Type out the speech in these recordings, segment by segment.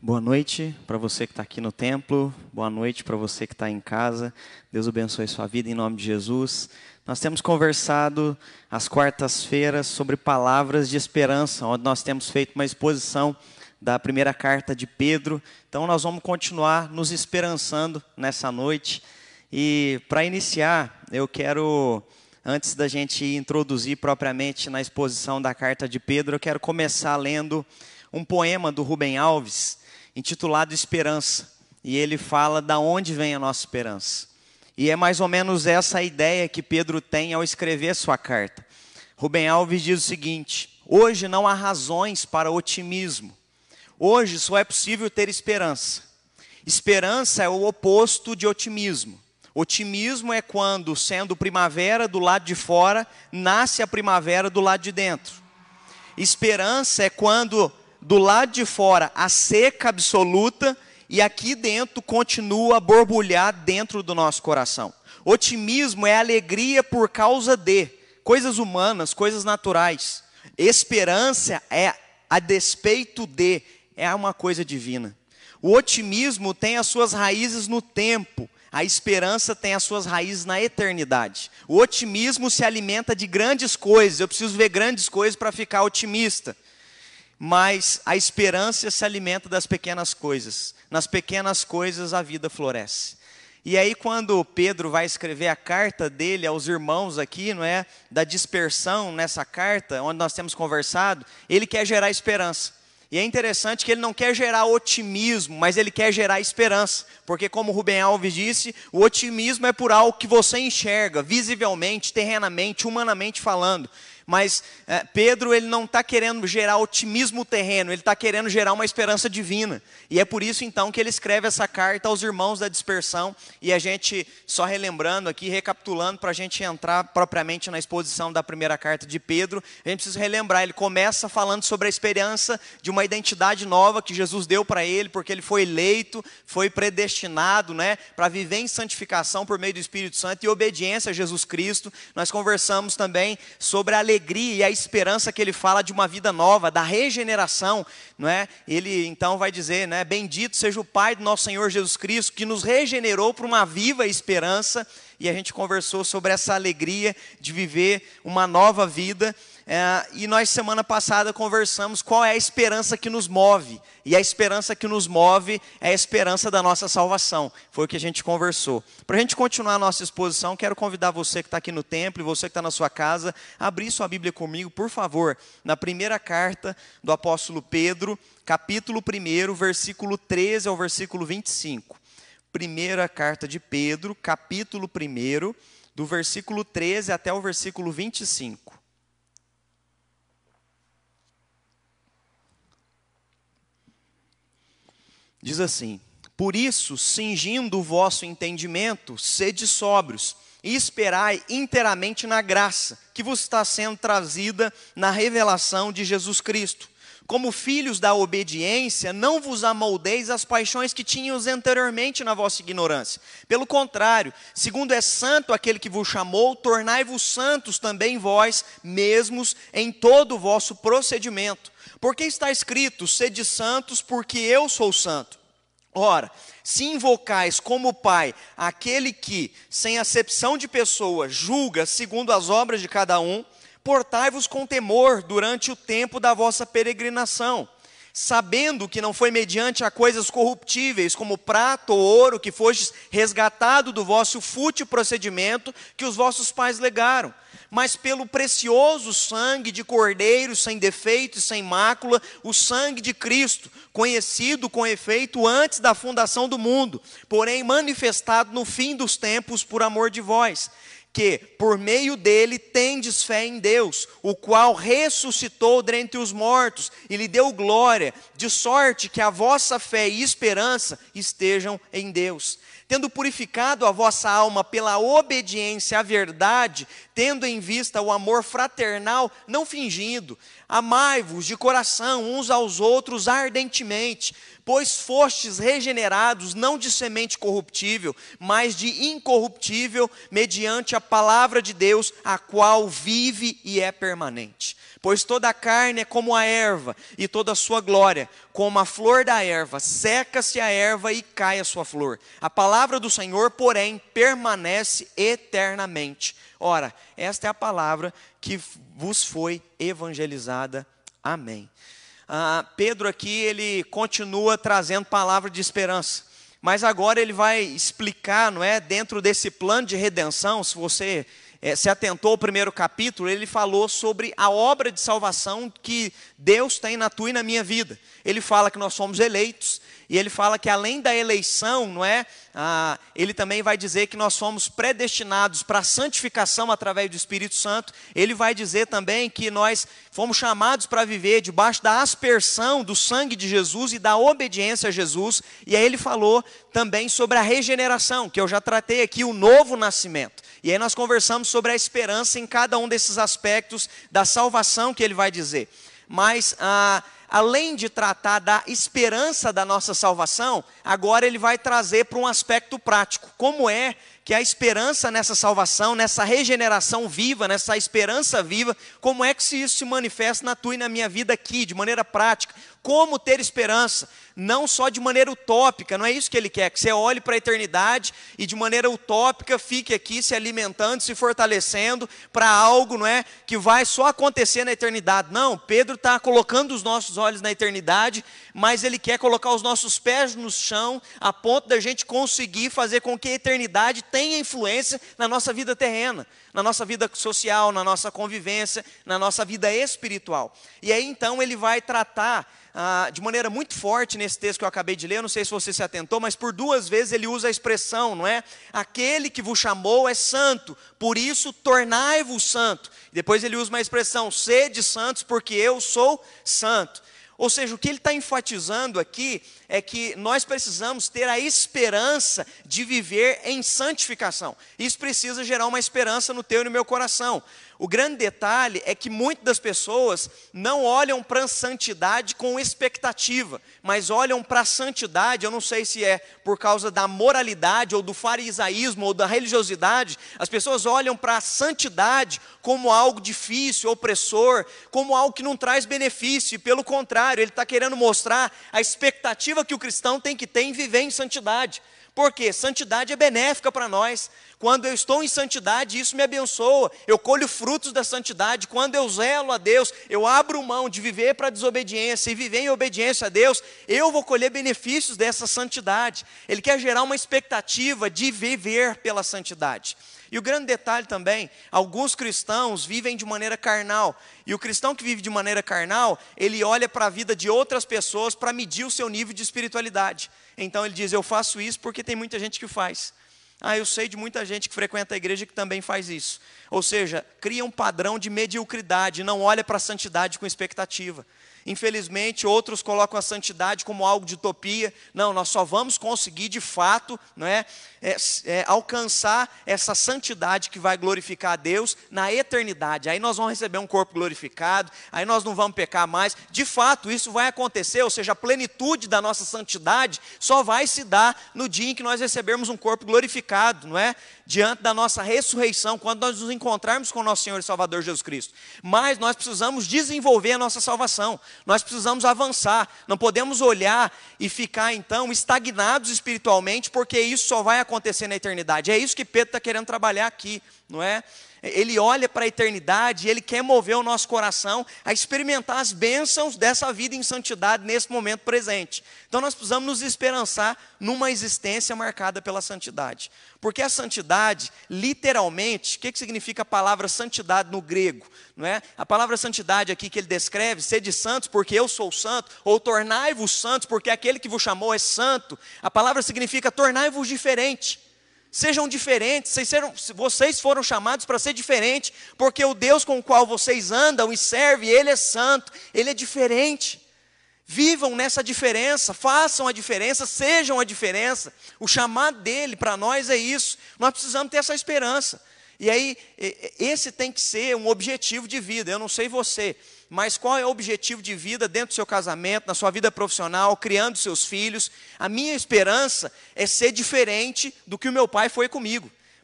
Boa noite para você que está aqui no templo, boa noite para você que está em casa. Deus abençoe sua vida em nome de Jesus. Nós temos conversado às quartas-feiras sobre palavras de esperança, onde nós temos feito uma exposição da primeira carta de Pedro. Então nós vamos continuar nos esperançando nessa noite. E para iniciar, eu quero, antes da gente introduzir propriamente na exposição da carta de Pedro, eu quero começar lendo um poema do Rubem Alves, intitulado Esperança, e ele fala da onde vem a nossa esperança. E é mais ou menos essa a ideia que Pedro tem ao escrever sua carta. Rubem Alves diz o seguinte: hoje não há razões para otimismo. Hoje só é possível ter esperança. Esperança é o oposto de otimismo. Otimismo é quando, sendo primavera do lado de fora, nasce a primavera do lado de dentro. Esperança é quando do lado de fora a seca absoluta e aqui dentro continua a borbulhar dentro do nosso coração. Otimismo é alegria por causa de coisas humanas, coisas naturais. Esperança é a despeito de, é uma coisa divina. O otimismo tem as suas raízes no tempo, a esperança tem as suas raízes na eternidade. O otimismo se alimenta de grandes coisas, eu preciso ver grandes coisas para ficar otimista. Mas a esperança se alimenta das pequenas coisas. Nas pequenas coisas a vida floresce. E aí quando Pedro vai escrever a carta dele aos irmãos aqui, não é, da dispersão nessa carta, onde nós temos conversado, ele quer gerar esperança. E é interessante que ele não quer gerar otimismo, mas ele quer gerar esperança. Porque como Rubem Alves disse, o otimismo é por algo que você enxerga, visivelmente, terrenamente, humanamente falando. Mas Pedro ele não está querendo gerar otimismo terreno, ele está querendo gerar uma esperança divina. E é por isso então que ele escreve essa carta aos irmãos da dispersão. E a gente, só relembrando aqui, recapitulando, para a gente entrar propriamente na exposição da primeira carta de Pedro, a gente precisa relembrar, ele começa falando sobre a esperança de uma identidade nova que Jesus deu para ele, porque ele foi eleito, foi predestinado, né, para viver em santificação por meio do Espírito Santo e obediência a Jesus Cristo. Nós conversamos também sobre a alegria e a esperança que ele fala de uma vida nova, da regeneração, não é? Ele então vai dizer, né, bendito seja o Pai do nosso Senhor Jesus Cristo, que nos regenerou para uma viva esperança. E a gente conversou sobre essa alegria de viver uma nova vida. E nós semana passada conversamos qual é a esperança que nos move. E a esperança que nos move é a esperança da nossa salvação. Foi o que a gente conversou. Para a gente continuar a nossa exposição, quero convidar você que está aqui no templo e você que está na sua casa, a abrir sua Bíblia comigo, por favor, na primeira carta do apóstolo Pedro, capítulo 1, versículo 13 ao versículo 25. Primeira carta de Pedro, capítulo 1, do versículo 13 até o versículo 25. Diz assim: por isso, cingindo o vosso entendimento, sede sóbrios, e esperai inteiramente na graça, que vos está sendo trazida na revelação de Jesus Cristo. Como filhos da obediência, não vos amoldeis às paixões que tínhamos anteriormente na vossa ignorância. Pelo contrário, segundo é santo aquele que vos chamou, tornai-vos santos também vós mesmos em todo o vosso procedimento. Porque está escrito, sede santos, porque eu sou santo. Ora, se invocais como Pai aquele que, sem acepção de pessoa, julga segundo as obras de cada um, portai-vos com temor durante o tempo da vossa peregrinação, sabendo que não foi mediante a coisas corruptíveis, como prata ou ouro, que fostes resgatado do vosso fútil procedimento que os vossos pais legaram, mas pelo precioso sangue de cordeiro, sem defeito e sem mácula, o sangue de Cristo, conhecido com efeito antes da fundação do mundo, porém manifestado no fim dos tempos por amor de vós, que, por meio dele, tendes fé em Deus, o qual ressuscitou dentre os mortos e lhe deu glória, de sorte que a vossa fé e esperança estejam em Deus. Tendo purificado a vossa alma pela obediência à verdade, tendo em vista o amor fraternal, não fingindo, amai-vos de coração uns aos outros ardentemente, pois fostes regenerados não de semente corruptível, mas de incorruptível, mediante a palavra de Deus, a qual vive e é permanente. Pois toda a carne é como a erva, e toda a sua glória, como a flor da erva. Seca-se a erva e cai a sua flor. A palavra do Senhor, porém, permanece eternamente. Ora, esta é a palavra que vos foi evangelizada. Amém. Pedro aqui, ele continua trazendo palavra de esperança. Mas agora ele vai explicar, não é, dentro desse plano de redenção. Se você se atentou ao primeiro capítulo, ele falou sobre a obra de salvação que Deus tem na tua e na minha vida. Ele fala que nós somos eleitos, e ele fala que além da eleição, não é, ele também vai dizer que nós somos predestinados para a santificação através do Espírito Santo. Ele vai dizer também que nós fomos chamados para viver debaixo da aspersão do sangue de Jesus e da obediência a Jesus. E aí ele falou também sobre a regeneração, que eu já tratei aqui, o novo nascimento. E aí nós conversamos sobre a esperança em cada um desses aspectos da salvação que ele vai dizer. Mas, além de tratar da esperança da nossa salvação, agora ele vai trazer para um aspecto prático. Como é que a esperança nessa salvação, nessa regeneração viva, nessa esperança viva, como é que isso se manifesta na tua e na minha vida aqui, de maneira prática? Como ter esperança, não só de maneira utópica, não é isso que ele quer, que você olhe para a eternidade e de maneira utópica fique aqui se alimentando, se fortalecendo para algo, não é, que vai só acontecer na eternidade. Não, Pedro está colocando os nossos olhos na eternidade, mas ele quer colocar os nossos pés no chão, a ponto da gente conseguir fazer com que a eternidade tenha influência na nossa vida terrena, na nossa vida social, na nossa convivência, na nossa vida espiritual. E aí então ele vai tratar de maneira muito forte nesse texto que eu acabei de ler, eu não sei se você se atentou, mas por 2 vezes ele usa a expressão, não é? Aquele que vos chamou é santo, por isso tornai-vos santo. Depois ele usa uma expressão, sede santos porque eu sou santo. Ou seja, o que ele está enfatizando aqui é que nós precisamos ter a esperança de viver em santificação. Isso precisa gerar uma esperança no teu e no meu coração. O grande detalhe é que muitas das pessoas não olham para a santidade com expectativa, mas olham para a santidade, eu não sei se é por causa da moralidade, ou do farisaísmo, ou da religiosidade, as pessoas olham para a santidade como algo difícil, opressor, como algo que não traz benefício, e pelo contrário, ele está querendo mostrar a expectativa que o cristão tem que ter em viver em santidade. Porque santidade é benéfica para nós. Quando eu estou em santidade, isso me abençoa. Eu colho frutos da santidade. Quando eu zelo a Deus, eu abro mão de viver para a desobediência e viver em obediência a Deus, eu vou colher benefícios dessa santidade. Ele quer gerar uma expectativa de viver pela santidade. E o grande detalhe também, alguns cristãos vivem de maneira carnal. E o cristão que vive de maneira carnal, ele olha para a vida de outras pessoas para medir o seu nível de espiritualidade. Então ele diz, eu faço isso porque tem muita gente que faz. Eu sei de muita gente que frequenta a igreja que também faz isso. Ou seja, cria um padrão de mediocridade, não olha para a santidade com expectativa. Infelizmente, outros colocam a santidade como algo de utopia. Não, nós só vamos conseguir de fato, não é, alcançar essa santidade que vai glorificar a Deus na eternidade. Aí nós vamos receber um corpo glorificado, aí nós não vamos pecar mais. De fato, isso vai acontecer, ou seja, a plenitude da nossa santidade só vai se dar no dia em que nós recebermos um corpo glorificado, não é? Diante da nossa ressurreição, quando nós nos encontrarmos com o nosso Senhor e Salvador Jesus Cristo. Mas nós precisamos desenvolver a nossa salvação. Nós precisamos avançar, não podemos olhar e ficar então estagnados espiritualmente, porque isso só vai acontecer na eternidade. É isso que Pedro está querendo trabalhar aqui, não é? Ele olha para a eternidade e ele quer mover o nosso coração a experimentar as bênçãos dessa vida em santidade nesse momento presente. Então nós precisamos nos esperançar numa existência marcada pela santidade. Porque a santidade, literalmente, o que significa a palavra santidade no grego? Não é? A palavra santidade aqui que ele descreve, sede santos porque eu sou santo, ou tornai-vos santos porque aquele que vos chamou é santo. A palavra significa tornai-vos diferente. Sejam diferentes, vocês foram chamados para ser diferentes, porque o Deus com o qual vocês andam e servem, Ele é santo, Ele é diferente. Vivam nessa diferença, façam a diferença, sejam a diferença. O chamado dele para nós é isso, nós precisamos ter essa esperança. E aí, esse tem que ser um objetivo de vida. Eu não sei você, mas qual é o objetivo de vida dentro do seu casamento, na sua vida profissional, criando seus filhos? A minha esperança é ser diferente do que o meu pai foi comigo.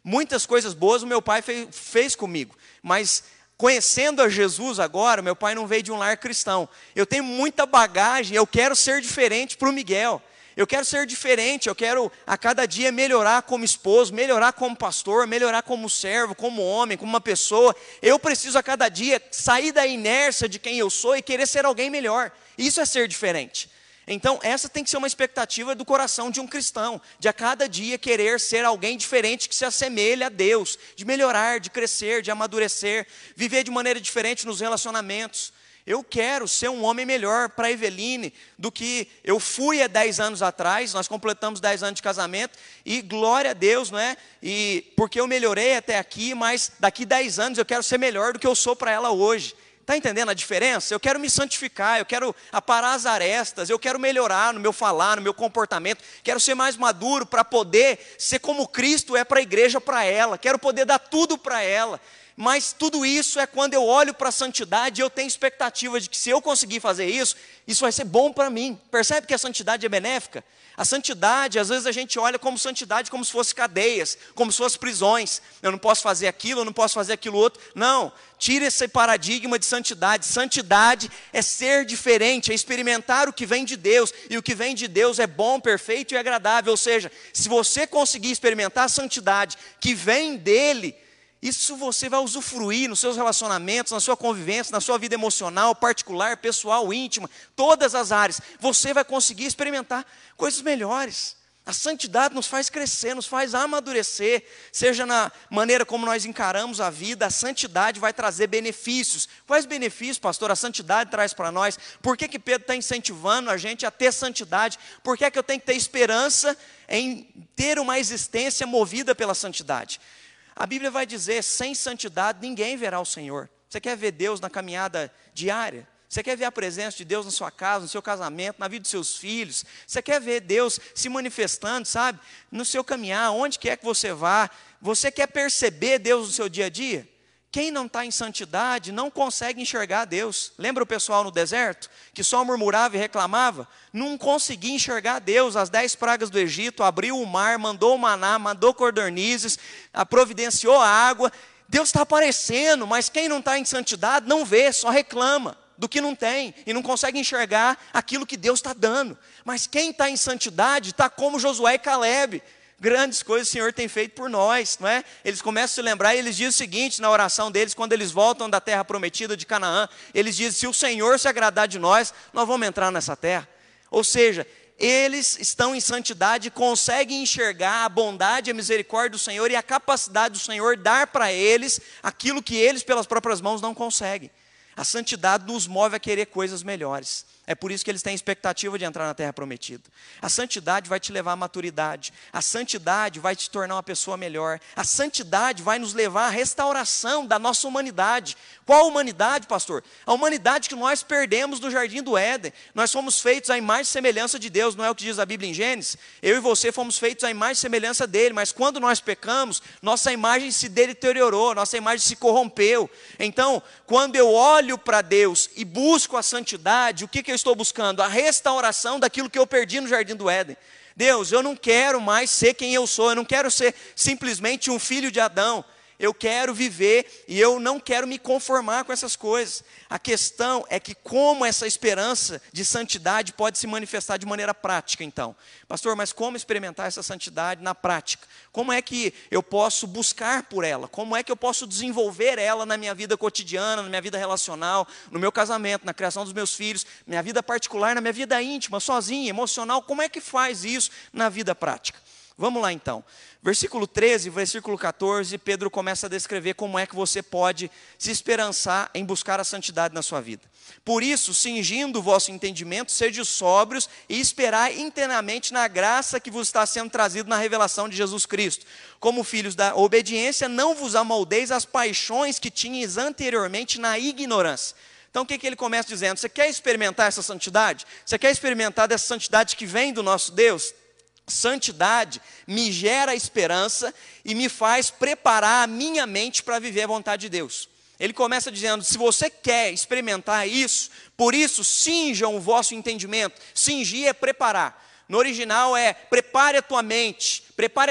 Muitas coisas boas o meu pai fez comigo, mas conhecendo a Jesus agora, meu pai não veio de um lar cristão. Eu tenho muita bagagem, eu quero ser diferente para o Miguel. Eu quero ser diferente, eu quero a cada dia melhorar como esposo, melhorar como pastor, melhorar como servo, como homem, como uma pessoa. Eu preciso a cada dia sair da inércia de quem eu sou e querer ser alguém melhor. Isso é ser diferente. Então, essa tem que ser uma expectativa do coração de um cristão, de a cada dia querer ser alguém diferente que se assemelhe a Deus, de melhorar, de crescer, de amadurecer, viver de maneira diferente nos relacionamentos. Eu quero ser um homem melhor para a Eveline do que eu fui há 10 anos atrás. Nós completamos 10 anos de casamento e glória a Deus, não é? E porque eu melhorei até aqui, mas daqui 10 anos eu quero ser melhor do que eu sou para ela hoje. Está entendendo a diferença? Eu quero me santificar, eu quero aparar as arestas, eu quero melhorar no meu falar, no meu comportamento, quero ser mais maduro para poder ser como Cristo é para a igreja, para ela, quero poder dar tudo para ela. Mas tudo isso é quando eu olho para a santidade e eu tenho expectativa de que se eu conseguir fazer isso, isso vai ser bom para mim. Percebe que a santidade é benéfica? A santidade, às vezes a gente olha como santidade como se fosse cadeias, como se fosse prisões. Eu não posso fazer aquilo, eu não posso fazer aquilo outro. Não, tira esse paradigma de santidade. Santidade é ser diferente, é experimentar o que vem de Deus. E o que vem de Deus é bom, perfeito e agradável. Ou seja, se você conseguir experimentar a santidade que vem dEle, isso você vai usufruir nos seus relacionamentos, na sua convivência, na sua vida emocional, particular, pessoal, íntima, todas as áreas. Você vai conseguir experimentar coisas melhores. A santidade nos faz crescer, nos faz amadurecer, seja na maneira como nós encaramos a vida, a santidade vai trazer benefícios. Quais benefícios, pastor, a santidade traz para nós? Por que Pedro está incentivando a gente a ter santidade? Por que eu tenho que ter esperança em ter uma existência movida pela santidade? A Bíblia vai dizer, sem santidade ninguém verá o Senhor. Você quer ver Deus na caminhada diária? Você quer ver a presença de Deus na sua casa, no seu casamento, na vida dos seus filhos? Você quer ver Deus se manifestando, sabe? No seu caminhar, onde quer que você vá? Você quer perceber Deus no seu dia a dia? Quem não está em santidade não consegue enxergar Deus. Lembra o pessoal no deserto? Que só murmurava e reclamava? Não conseguia enxergar Deus. As 10 pragas do Egito, abriu o mar, mandou o maná, mandou codornizes, providenciou a água. Deus está aparecendo, mas quem não está em santidade não vê, só reclama do que não tem. E não consegue enxergar aquilo que Deus está dando. Mas quem está em santidade está como Josué e Calebe. Grandes coisas o Senhor tem feito por nós, não é? Eles começam a se lembrar e eles dizem o seguinte na oração deles, quando eles voltam da terra prometida de Canaã, eles dizem, se o Senhor se agradar de nós vamos entrar nessa terra. Ou seja, eles estão em santidade, conseguem enxergar a bondade e a misericórdia do Senhor e a capacidade do Senhor dar para eles aquilo que eles pelas próprias mãos não conseguem. A santidade nos move a querer coisas melhores. É por isso que eles têm expectativa de entrar na terra prometida. A santidade vai te levar à maturidade. A santidade vai te tornar uma pessoa melhor. A santidade vai nos levar à restauração da nossa humanidade. Qual humanidade, pastor? A humanidade que nós perdemos no jardim do Éden. Nós somos feitos à imagem e semelhança de Deus, não é o que diz a Bíblia em Gênesis? Eu e você fomos feitos à imagem e semelhança dele, mas quando nós pecamos, nossa imagem se deteriorou, nossa imagem se corrompeu. Então, quando eu olho para Deus e busco a santidade, o que eu estou buscando? A restauração daquilo que eu perdi no jardim do Éden. Deus, eu não quero mais ser quem eu sou, eu não quero ser simplesmente um filho de Adão. Eu quero viver e eu não quero me conformar com essas coisas. A questão é que como essa esperança de santidade pode se manifestar de maneira prática, então. Pastor, mas como experimentar essa santidade na prática? Como é que eu posso buscar por ela? Como é que eu posso desenvolver ela na minha vida cotidiana, na minha vida relacional, no meu casamento, na criação dos meus filhos, na minha vida particular, na minha vida íntima, sozinha, emocional? Como é que faz isso na vida prática? Vamos lá então, versículo 13, versículo 14, Pedro começa a descrever como é que você pode se esperançar em buscar a santidade na sua vida. Por isso, cingindo o vosso entendimento, sede sóbrios e esperai inteiramente na graça que vos está sendo trazida na revelação de Jesus Cristo. Como filhos da obediência, não vos amoldeis às paixões que tinhas anteriormente na ignorância. Então o que ele começa dizendo? Você quer experimentar essa santidade? Você quer experimentar dessa santidade que vem do nosso Deus? Santidade me gera esperança e me faz preparar a minha mente para viver a vontade de Deus. Ele começa dizendo, se você quer experimentar isso, por isso cinjam o vosso entendimento. Cingir é preparar. No original é prepare a tua mente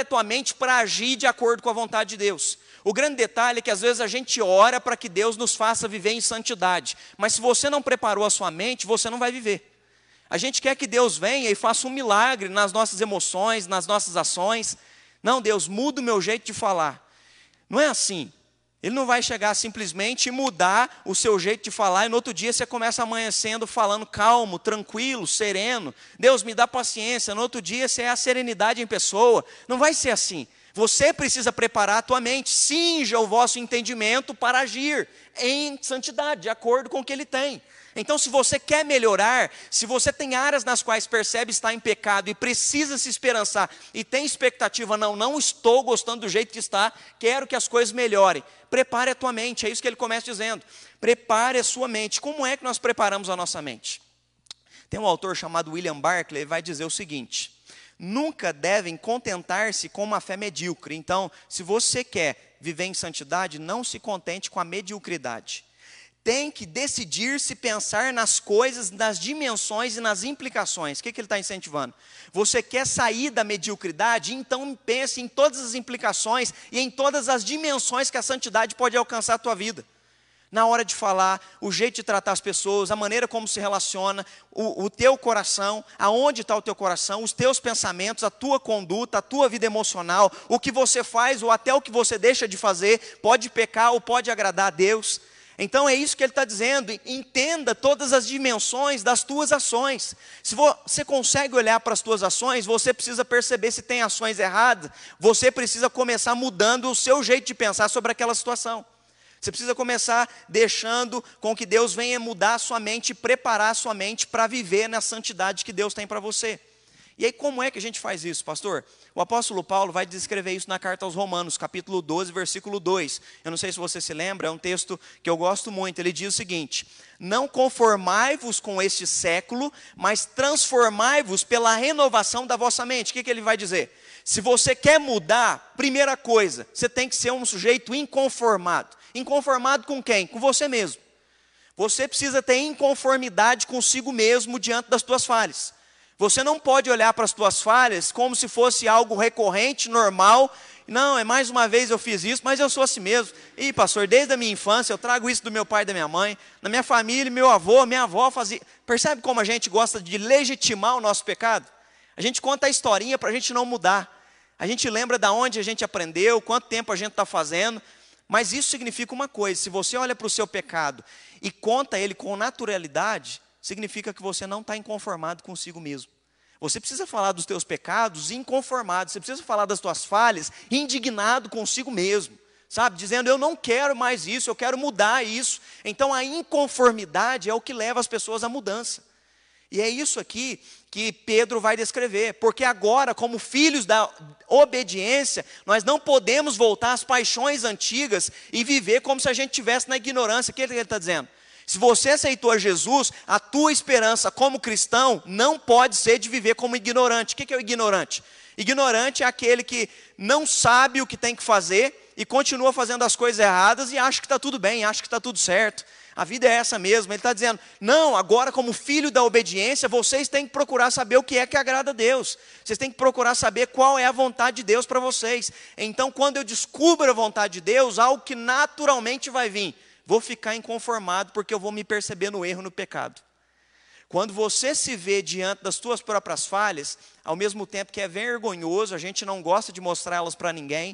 para agir de acordo com a vontade de Deus. O grande detalhe é que às vezes a gente ora para que Deus nos faça viver em santidade, mas se você não preparou a sua mente, você não vai viver. A gente quer que Deus venha e faça um milagre nas nossas emoções, nas nossas ações. Não, Deus, muda o meu jeito de falar. Não é assim. Ele não vai chegar simplesmente e mudar o seu jeito de falar e no outro dia você começa amanhecendo falando calmo, tranquilo, sereno. Deus, me dá paciência. No outro dia você é a serenidade em pessoa. Não vai ser assim. Você precisa preparar a tua mente. Cinja o vosso entendimento para agir em santidade, de acordo com o que Ele tem. Então, se você quer melhorar, se você tem áreas nas quais percebe estar em pecado e precisa se esperançar e tem expectativa, não estou gostando do jeito que está, quero que as coisas melhorem. Prepare a tua mente, é isso que ele começa dizendo. Prepare a sua mente. Como é que nós preparamos a nossa mente? Tem um autor chamado William Barclay, ele vai dizer o seguinte: nunca devem contentar-se com uma fé medíocre. Então, se você quer viver em santidade, não se contente com a mediocridade. Tem que decidir-se pensar nas coisas, nas dimensões e nas implicações. O que ele está incentivando? Você quer sair da mediocridade? Então pense em todas as implicações e em todas as dimensões que a santidade pode alcançar a tua vida. Na hora de falar, o jeito de tratar as pessoas, a maneira como se relaciona, o teu coração, aonde está o teu coração, os teus pensamentos, a tua conduta, a tua vida emocional, o que você faz ou até o que você deixa de fazer, pode pecar ou pode agradar a Deus. Então é isso que ele está dizendo, entenda todas as dimensões das tuas ações. Se você consegue olhar para as tuas ações, você precisa perceber se tem ações erradas, você precisa começar mudando o seu jeito de pensar sobre aquela situação. Você precisa começar deixando com que Deus venha mudar a sua mente e preparar a sua mente para viver na santidade que Deus tem para você. E aí como é que a gente faz isso, pastor? O apóstolo Paulo vai descrever isso na carta aos Romanos, capítulo 12, versículo 2. Eu não sei se você se lembra, é um texto que eu gosto muito. Ele diz o seguinte: não conformai-vos com este século, mas transformai-vos pela renovação da vossa mente. O que ele vai dizer? Se você quer mudar, primeira coisa, você tem que ser um sujeito inconformado. Inconformado com quem? Com você mesmo. Você precisa ter inconformidade consigo mesmo diante das tuas falhas. Você não pode olhar para as tuas falhas como se fosse algo recorrente, normal. Não, é mais uma vez eu fiz isso, mas eu sou assim mesmo. Ih, pastor, desde a minha infância eu trago isso do meu pai e da minha mãe. Na minha família, meu avô, minha avó fazia. Percebe como a gente gosta de legitimar o nosso pecado? A gente conta a historinha para a gente não mudar. A gente lembra de onde a gente aprendeu, quanto tempo a gente está fazendo. Mas isso significa uma coisa: se você olha para o seu pecado e conta ele com naturalidade, significa que você não está inconformado consigo mesmo. Você precisa falar dos teus pecados inconformado, você precisa falar das tuas falhas indignado consigo mesmo, sabe? Dizendo, eu não quero mais isso, eu quero mudar isso. Então a inconformidade é o que leva as pessoas à mudança. E é isso aqui que Pedro vai descrever, porque agora, como filhos da obediência, nós não podemos voltar às paixões antigas e viver como se a gente estivesse na ignorância. O que ele está dizendo? Se você aceitou a Jesus, a tua esperança como cristão não pode ser de viver como ignorante. O que é o ignorante? Ignorante é aquele que não sabe o que tem que fazer e continua fazendo as coisas erradas e acha que está tudo bem, acha que está tudo certo. A vida é essa mesmo. Ele está dizendo, não, agora como filho da obediência, vocês têm que procurar saber o que é que agrada a Deus. Vocês têm que procurar saber qual é a vontade de Deus para vocês. Então, quando eu descubro a vontade de Deus, algo que naturalmente vai vir, vou ficar inconformado porque eu vou me perceber no erro, no pecado. Quando você se vê diante das suas próprias falhas, ao mesmo tempo que é vergonhoso, a gente não gosta de mostrá-las para ninguém,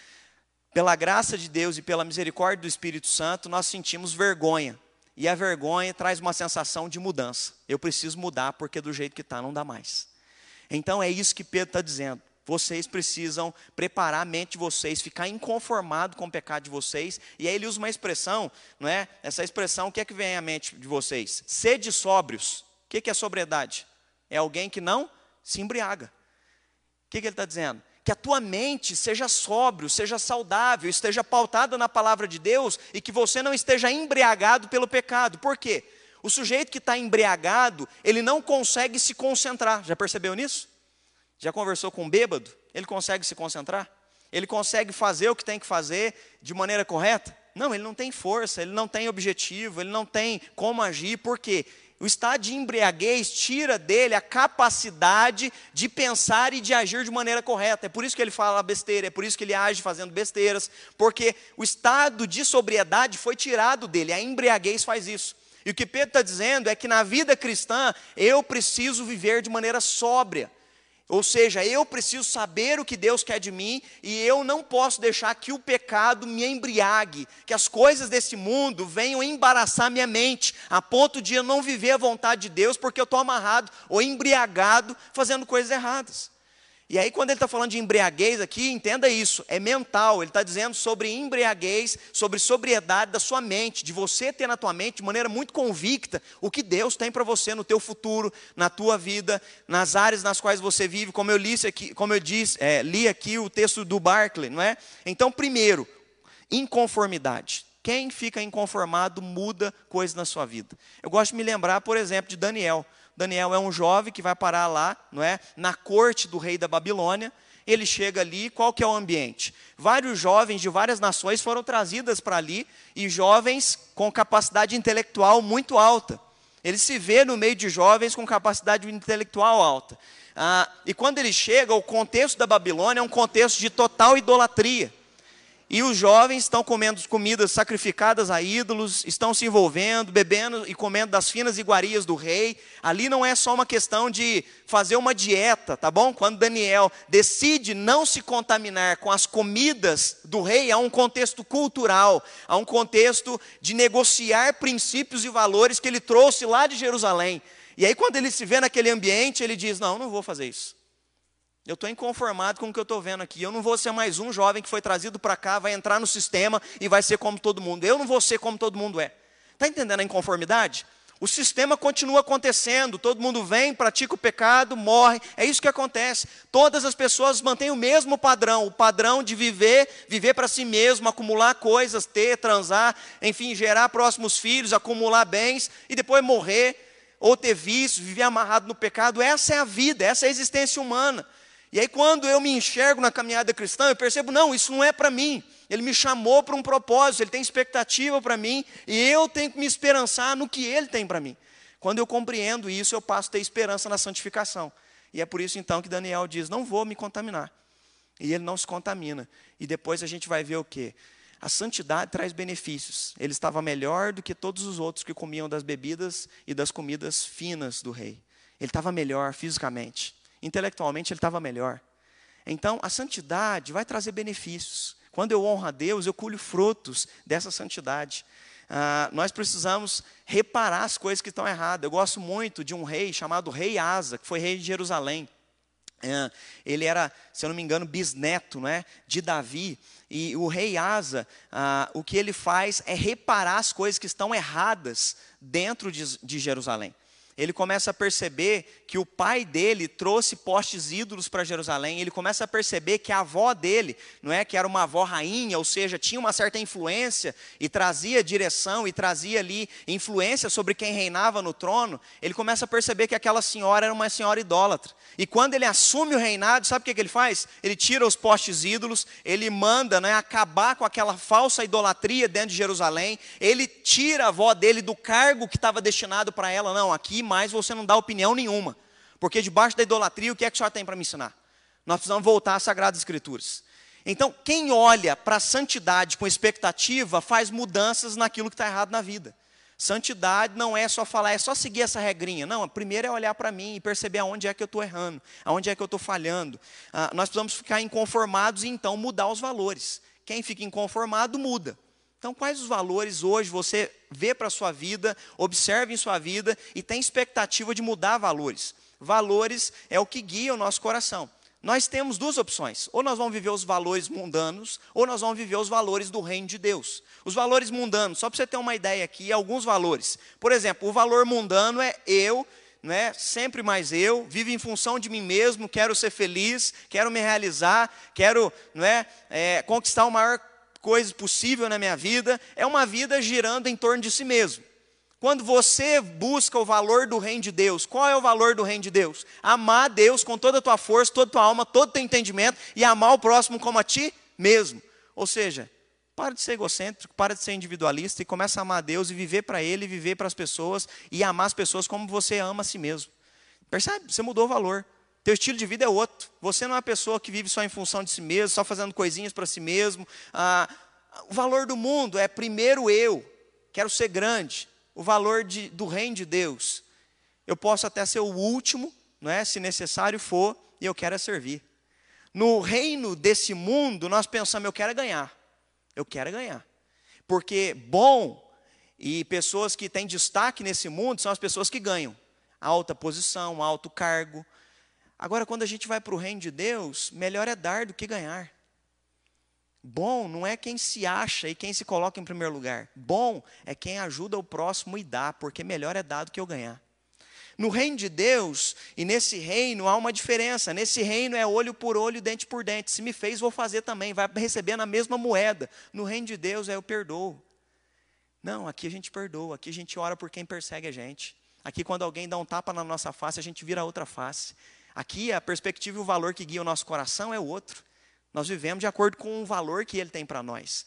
pela graça de Deus e pela misericórdia do Espírito Santo, nós sentimos vergonha. E a vergonha traz uma sensação de mudança. Eu preciso mudar porque do jeito que está não dá mais. Então é isso que Pedro está dizendo. Vocês precisam preparar a mente de vocês, ficar inconformado com o pecado de vocês. E aí ele usa uma expressão, não é? Essa expressão, o que é que vem à mente de vocês? Sede sóbrios. O que é sobriedade? É alguém que não se embriaga. O que ele está dizendo? Que a tua mente seja sóbrio, seja saudável, esteja pautada na palavra de Deus e que você não esteja embriagado pelo pecado. Por quê? O sujeito que está embriagado, ele não consegue se concentrar. Já percebeu nisso? Já conversou com um bêbado? Ele consegue se concentrar? Ele consegue fazer o que tem que fazer de maneira correta? Não, ele não tem força, ele não tem objetivo, ele não tem como agir. Por quê? O estado de embriaguez tira dele a capacidade de pensar e de agir de maneira correta. É por isso que ele fala besteira, é por isso que ele age fazendo besteiras, porque o estado de sobriedade foi tirado dele, a embriaguez faz isso. E o que Pedro está dizendo é que na vida cristã eu preciso viver de maneira sóbria. Ou seja, eu preciso saber o que Deus quer de mim e eu não posso deixar que o pecado me embriague, que as coisas desse mundo venham embaraçar minha mente, a ponto de eu não viver a vontade de Deus, porque eu estou amarrado ou embriagado fazendo coisas erradas. E aí quando ele está falando de embriaguez aqui, entenda isso, é mental, ele está dizendo sobre embriaguez, sobre sobriedade da sua mente, de você ter na tua mente, de maneira muito convicta, o que Deus tem para você no teu futuro, na tua vida, nas áreas nas quais você vive, como eu li aqui o texto do Barclay, não é? Então, primeiro, inconformidade. Quem fica inconformado muda coisas na sua vida. Eu gosto de me lembrar, por exemplo, de Daniel. Daniel é um jovem que vai parar lá, não é? Na corte do rei da Babilônia. Ele chega ali, qual que é o ambiente? Vários jovens de várias nações foram trazidas para ali, e jovens com capacidade intelectual muito alta. Ele se vê no meio de jovens com capacidade intelectual alta. E quando ele chega, o contexto da Babilônia é um contexto de total idolatria. E os jovens estão comendo comidas sacrificadas a ídolos, estão se envolvendo, bebendo e comendo das finas iguarias do rei. Ali não é só uma questão de fazer uma dieta, tá bom? Quando Daniel decide não se contaminar com as comidas do rei, há um contexto cultural, há um contexto de negociar princípios e valores que ele trouxe lá de Jerusalém. E aí quando ele se vê naquele ambiente, ele diz, não vou fazer isso. Eu estou inconformado com o que eu estou vendo aqui. Eu não vou ser mais um jovem que foi trazido para cá, vai entrar no sistema e vai ser como todo mundo. Eu não vou ser como todo mundo é. Está entendendo a inconformidade? O sistema continua acontecendo, todo mundo vem, pratica o pecado, morre. É isso que acontece. Todas as pessoas mantêm o mesmo padrão, o padrão de viver para si mesmo, acumular coisas, ter, transar, enfim, gerar próximos filhos, acumular bens e depois morrer, ou ter vício, viver amarrado no pecado. Essa é a vida, essa é a existência humana. E aí quando eu me enxergo na caminhada cristã, eu percebo, não, isso não é para mim. Ele me chamou para um propósito, Ele tem expectativa para mim, e eu tenho que me esperançar no que Ele tem para mim. Quando eu compreendo isso, eu passo a ter esperança na santificação. E é por isso então que Daniel diz, não vou me contaminar. E ele não se contamina. E depois a gente vai ver o quê? A santidade traz benefícios. Ele estava melhor do que todos os outros que comiam das bebidas e das comidas finas do rei. Ele estava melhor fisicamente. Intelectualmente ele estava melhor. Então a santidade vai trazer benefícios. Quando eu honro a Deus, eu colho frutos dessa santidade. Nós precisamos reparar as coisas que estão erradas. Eu gosto muito de um rei chamado Rei Asa, que foi rei de Jerusalém. Ele era, se eu não me engano, bisneto, né, de Davi. E o rei Asa, o que ele faz é reparar as coisas que estão erradas dentro de Jerusalém. Ele começa a perceber que o pai dele trouxe postes ídolos para Jerusalém. Ele começa a perceber que a avó dele, não é, que era uma avó rainha, ou seja, tinha uma certa influência e trazia direção e trazia ali influência sobre quem reinava no trono. Ele começa a perceber que aquela senhora era uma senhora idólatra. E quando ele assume o reinado, sabe o que ele faz? Ele tira os postes ídolos, ele manda, né, acabar com aquela falsa idolatria dentro de Jerusalém. Ele tira a avó dele do cargo que estava destinado para ela. Não, aqui mais você não dá opinião nenhuma. Porque debaixo da idolatria, o que é que o senhor tem para me ensinar? Nós precisamos voltar às Sagradas Escrituras. Então, quem olha para a santidade com expectativa, faz mudanças naquilo que está errado na vida. Santidade não é só falar, é só seguir essa regrinha. Não, primeiro é olhar para mim e perceber aonde é que eu estou errando, aonde é que eu estou falhando. Nós precisamos ficar inconformados e então mudar os valores. Quem fica inconformado, muda. Então, quais os valores hoje você vê para a sua vida, observe em sua vida e tem expectativa de mudar valores? Valores é o que guia o nosso coração. Nós temos duas opções. Ou nós vamos viver os valores mundanos, ou nós vamos viver os valores do reino de Deus. Os valores mundanos, só para você ter uma ideia aqui, alguns valores. Por exemplo, o valor mundano é eu, né, sempre mais eu, vivo em função de mim mesmo, quero ser feliz, quero me realizar, quero, conquistar o maior coisa possível na minha vida. É uma vida girando em torno de si mesmo. Quando você busca o valor do reino de Deus, qual é o valor do reino de Deus? Amar a Deus com toda a tua força, toda a tua alma, todo o teu entendimento e amar o próximo como a ti mesmo. Ou seja, para de ser egocêntrico, para de ser individualista e começa a amar Deus e viver para Ele, viver para as pessoas e amar as pessoas como você ama a si mesmo. Percebe? Você mudou o valor. Teu estilo de vida é outro. Você não é uma pessoa que vive só em função de si mesmo, só fazendo coisinhas para si mesmo. O valor do mundo é primeiro eu, quero ser grande. O valor do reino de Deus, eu posso até ser o último, não é? Se necessário for, e eu quero é servir. No reino desse mundo, nós pensamos, eu quero é ganhar. Eu quero é ganhar. Porque bom e pessoas que têm destaque nesse mundo são as pessoas que ganham. Alta posição, alto cargo. Agora, quando a gente vai para o reino de Deus, melhor é dar do que ganhar. Bom não é quem se acha e quem se coloca em primeiro lugar. Bom é quem ajuda o próximo e dá, porque melhor é dar do que eu ganhar. No reino de Deus, e nesse reino há uma diferença. Nesse reino é olho por olho, dente por dente. Se me fez, vou fazer também. Vai receber na mesma moeda. No reino de Deus é eu perdoo. Não, aqui a gente perdoa. Aqui a gente ora por quem persegue a gente. Aqui quando alguém dá um tapa na nossa face, a gente vira a outra face. Aqui a perspectiva e o valor que guia o nosso coração é o outro. Nós vivemos de acordo com o valor que Ele tem para nós.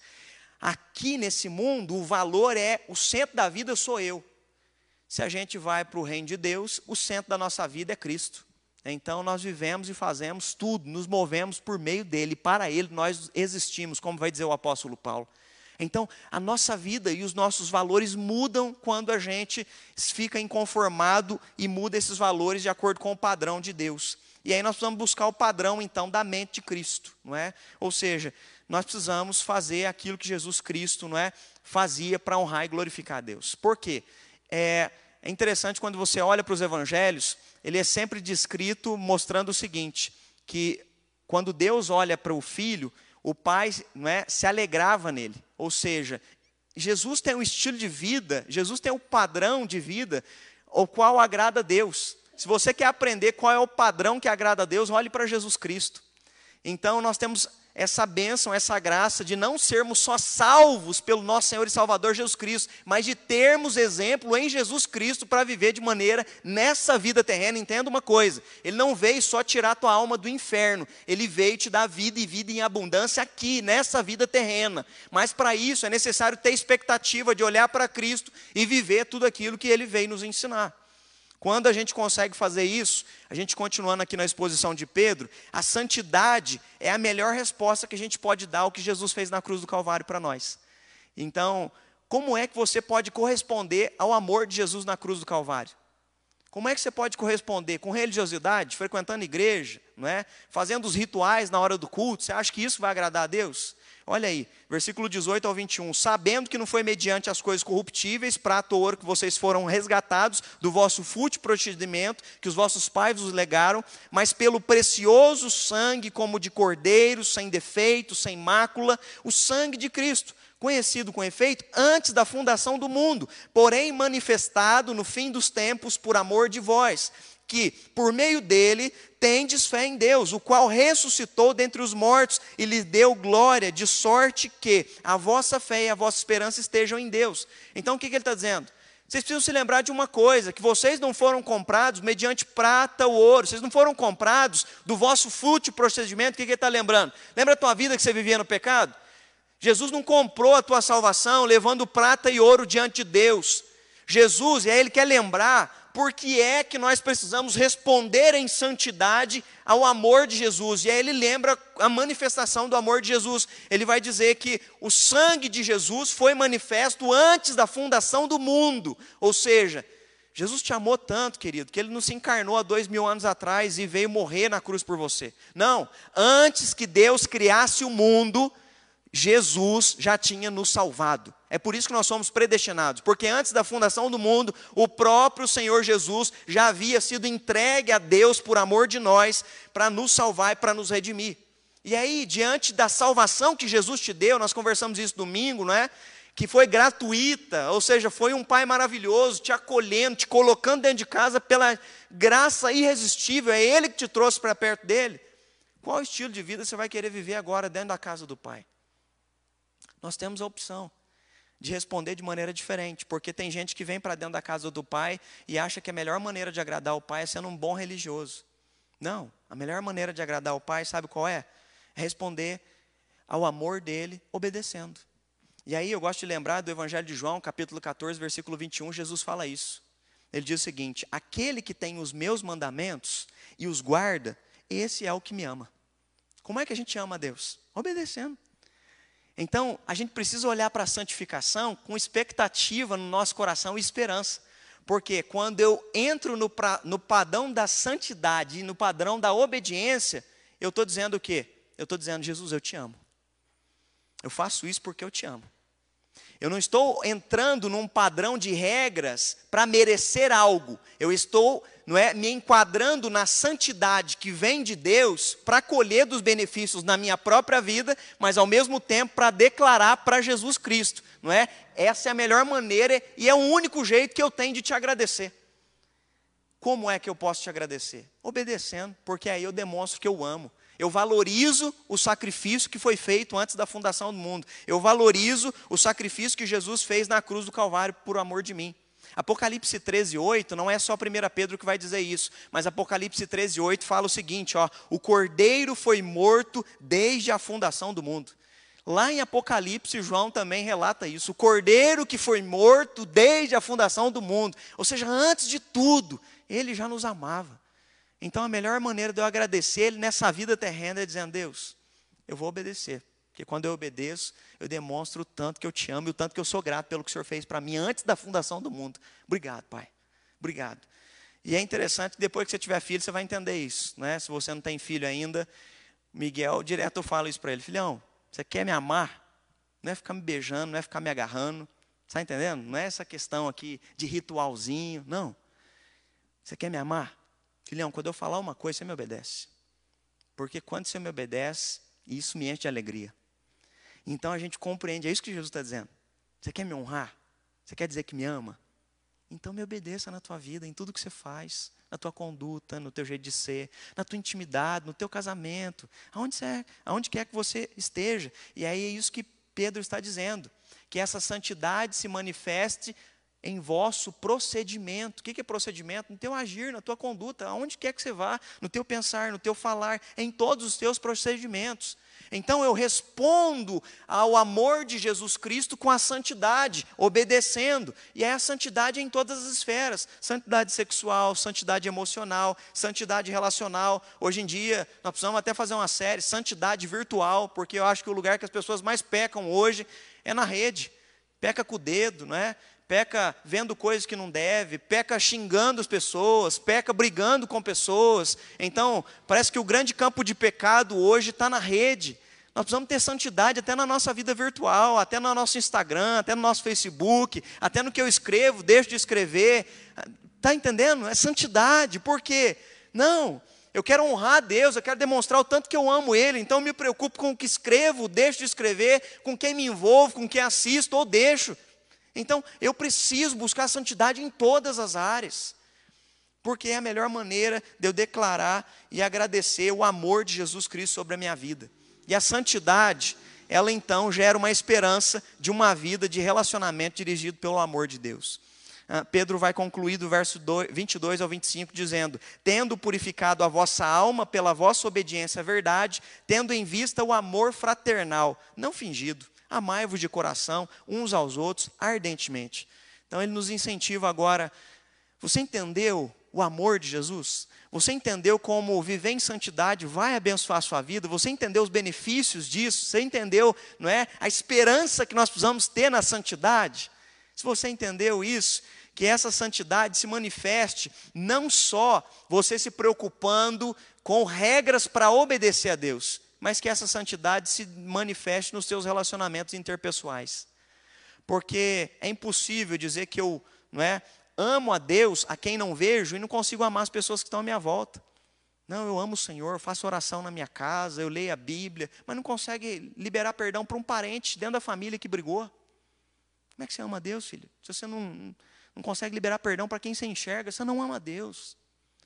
Aqui nesse mundo, o valor o centro da vida sou eu. Se a gente vai para o reino de Deus, o centro da nossa vida é Cristo. Então nós vivemos e fazemos tudo, nos movemos por meio dEle, para Ele nós existimos, como vai dizer o apóstolo Paulo. Então a nossa vida e os nossos valores mudam quando a gente fica inconformado e muda esses valores de acordo com o padrão de Deus. E aí nós precisamos buscar o padrão, então, da mente de Cristo, não é? Ou seja, nós precisamos fazer aquilo que Jesus Cristo, não é, fazia para honrar e glorificar a Deus. Por quê? É interessante quando você olha para os evangelhos, ele é sempre descrito mostrando o seguinte, que quando Deus olha para o Filho, o Pai, não é, se alegrava nele. Ou seja, Jesus tem um estilo de vida, Jesus tem um padrão de vida, o qual agrada a Deus. Se você quer aprender qual é o padrão que agrada a Deus, olhe para Jesus Cristo. Então nós temos essa bênção, essa graça de não sermos só salvos pelo nosso Senhor e Salvador Jesus Cristo, mas de termos exemplo em Jesus Cristo para viver de maneira nessa vida terrena. Entenda uma coisa, Ele não veio só tirar tua alma do inferno, Ele veio te dar vida e vida em abundância aqui, nessa vida terrena. Mas para isso é necessário ter expectativa de olhar para Cristo e viver tudo aquilo que Ele veio nos ensinar. Quando a gente consegue fazer isso, a gente continuando aqui na exposição de Pedro, a santidade é a melhor resposta que a gente pode dar ao que Jesus fez na cruz do Calvário para nós. Então, como é que você pode corresponder ao amor de Jesus na cruz do Calvário? Como é que você pode corresponder? Com religiosidade, frequentando igreja, não é? Fazendo os rituais na hora do culto? Você acha que isso vai agradar a Deus? Olha aí, versículo 18 ao 21. Sabendo que não foi mediante as coisas corruptíveis, prata ou ouro, que vocês foram resgatados do vosso fútil procedimento, que os vossos pais vos legaram, mas pelo precioso sangue, como de cordeiro, sem defeito, sem mácula, o sangue de Cristo, conhecido com efeito antes da fundação do mundo, porém manifestado no fim dos tempos por amor de vós, que por meio dele tendes fé em Deus, o qual ressuscitou dentre os mortos e lhe deu glória, de sorte que a vossa fé e a vossa esperança estejam em Deus. Então o que ele está dizendo? Vocês precisam se lembrar de uma coisa, que vocês não foram comprados mediante prata ou ouro, vocês não foram comprados do vosso fútil procedimento. O que ele está lembrando? Lembra a tua vida que você vivia no pecado? Jesus não comprou a tua salvação levando prata e ouro diante de Deus. Jesus, e aí ele quer lembrar por que é que nós precisamos responder em santidade ao amor de Jesus. E aí ele lembra a manifestação do amor de Jesus. Ele vai dizer que o sangue de Jesus foi manifesto antes da fundação do mundo. Ou seja, Jesus te amou tanto, querido, que Ele não se encarnou há 2000 anos atrás e veio morrer na cruz por você. Não, antes que Deus criasse o mundo, Jesus já tinha nos salvado. É por isso que nós somos predestinados, porque antes da fundação do mundo, o próprio Senhor Jesus já havia sido entregue a Deus por amor de nós, para nos salvar e para nos redimir. E aí, diante da salvação que Jesus te deu, nós conversamos isso domingo, não é? Que foi gratuita, ou seja, foi um Pai maravilhoso, te acolhendo, te colocando dentro de casa pela graça irresistível, é Ele que te trouxe para perto dEle. Qual estilo de vida você vai querer viver agora dentro da casa do Pai? Nós temos a opção de responder de maneira diferente, porque tem gente que vem para dentro da casa do Pai e acha que a melhor maneira de agradar o Pai é sendo um bom religioso. Não, a melhor maneira de agradar o Pai, sabe qual é? É responder ao amor dEle obedecendo. E aí eu gosto de lembrar do Evangelho de João, capítulo 14, versículo 21, Jesus fala isso. Ele diz o seguinte: aquele que tem os meus mandamentos e os guarda, esse é o que me ama. Como é que a gente ama a Deus? Obedecendo. Então, a gente precisa olhar para a santificação com expectativa no nosso coração e esperança. Porque quando eu entro no padrão da santidade e no padrão da obediência, eu estou dizendo o quê? Eu estou dizendo: Jesus, eu te amo. Eu faço isso porque eu te amo. Eu não estou entrando num padrão de regras para merecer algo. Eu estou, me enquadrando na santidade que vem de Deus para colher dos benefícios na minha própria vida, mas ao mesmo tempo para declarar para Jesus Cristo, não é? Essa é a melhor maneira e é o único jeito que eu tenho de te agradecer. Como é que eu posso te agradecer? Obedecendo, porque aí eu demonstro que eu amo. Eu valorizo o sacrifício que foi feito antes da fundação do mundo. Eu valorizo o sacrifício que Jesus fez na cruz do Calvário por amor de mim. Apocalipse 13:8, não é só 1 Pedro que vai dizer isso, mas Apocalipse 13:8 fala o seguinte, ó: o Cordeiro foi morto desde a fundação do mundo. Lá em Apocalipse, João também relata isso. O Cordeiro que foi morto desde a fundação do mundo. Ou seja, antes de tudo, Ele já nos amava. Então a melhor maneira de eu agradecer Ele nessa vida terrena é dizendo: Deus, eu vou obedecer. Porque quando eu obedeço, eu demonstro o tanto que eu te amo e o tanto que eu sou grato pelo que o Senhor fez para mim antes da fundação do mundo. Obrigado, Pai. Obrigado. E é interessante que depois que você tiver filho, você vai entender isso, né? Se você não tem filho ainda, Miguel, direto eu falo isso para ele: filhão, você quer me amar? Não é ficar me beijando, não é ficar me agarrando. Está entendendo? Não é essa questão aqui de ritualzinho, não. Você quer me amar? Filhão, quando eu falar uma coisa, você me obedece. Porque quando você me obedece, isso me enche de alegria. Então a gente compreende, é isso que Jesus está dizendo. Você quer me honrar? Você quer dizer que me ama? Então me obedeça na tua vida, em tudo que você faz, na tua conduta, no teu jeito de ser, na tua intimidade, no teu casamento, aonde quer que você esteja. E aí é isso que Pedro está dizendo, que essa santidade se manifeste em vosso procedimento. O que é procedimento? No teu agir, na tua conduta, aonde quer que você vá, no teu pensar, no teu falar, em todos os teus procedimentos. Então eu respondo ao amor de Jesus Cristo com a santidade, obedecendo. E é a santidade em todas as esferas. Santidade sexual, santidade emocional, santidade relacional. Hoje em dia, nós precisamos até fazer uma série, santidade virtual, porque eu acho que o lugar que as pessoas mais pecam hoje é na rede. Peca com o dedo, não é? Peca vendo coisas que não deve, peca xingando as pessoas, peca brigando com pessoas. Então, parece que o grande campo de pecado hoje está na rede. Nós precisamos ter santidade até na nossa vida virtual, até no nosso Instagram, até no nosso Facebook, até no que eu escrevo, deixo de escrever. Está entendendo? É santidade. Por quê? Não, eu quero honrar a Deus, eu quero demonstrar o tanto que eu amo Ele. Então eu me preocupo com o que escrevo, deixo de escrever, com quem me envolvo, com quem assisto ou deixo. Então, eu preciso buscar a santidade em todas as áreas, porque é a melhor maneira de eu declarar e agradecer o amor de Jesus Cristo sobre a minha vida. E a santidade, ela então gera uma esperança de uma vida de relacionamento dirigido pelo amor de Deus. Pedro vai concluir do verso 22 ao 25, dizendo: tendo purificado a vossa alma pela vossa obediência à verdade, tendo em vista o amor fraternal, não fingido, amai-vos de coração uns aos outros ardentemente. Então ele nos incentiva agora. Você entendeu o amor de Jesus? Você entendeu como viver em santidade vai abençoar a sua vida? Você entendeu os benefícios disso? Você entendeu, não é, a esperança que nós precisamos ter na santidade? Se você entendeu isso, que essa santidade se manifeste não só você se preocupando com regras para obedecer a Deus, mas que essa santidade se manifeste nos seus relacionamentos interpessoais. Porque é impossível dizer que eu, amo a Deus a quem não vejo e não consigo amar as pessoas que estão à minha volta. Não, eu amo o Senhor, eu faço oração na minha casa, eu leio a Bíblia, mas não consegue liberar perdão para um parente dentro da família que brigou. Como é que você ama a Deus, filho? Se você não consegue liberar perdão para quem você enxerga, você não ama a Deus.